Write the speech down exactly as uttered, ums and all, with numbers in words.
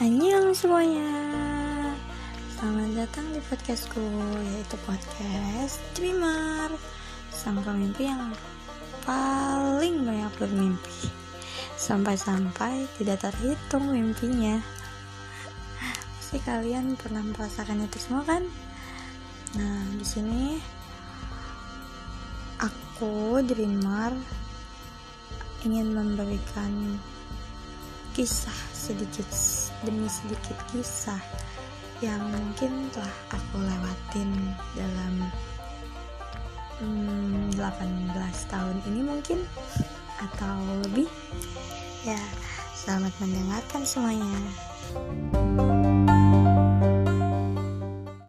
Annyeong semuanya. Selamat datang di podcastku, yaitu podcast Dreamer, sang pemimpi yang paling banyak bermimpi, sampai-sampai tidak terhitung mimpinya. Pasti kalian pernah merasakan itu semua kan? Nah, di sini aku Dreamer ingin memberikan kisah sedikit demi sedikit kisah yang mungkin telah aku lewatin dalam hmm, delapan belas tahun ini mungkin, atau lebih. Ya, selamat mendengarkan semuanya.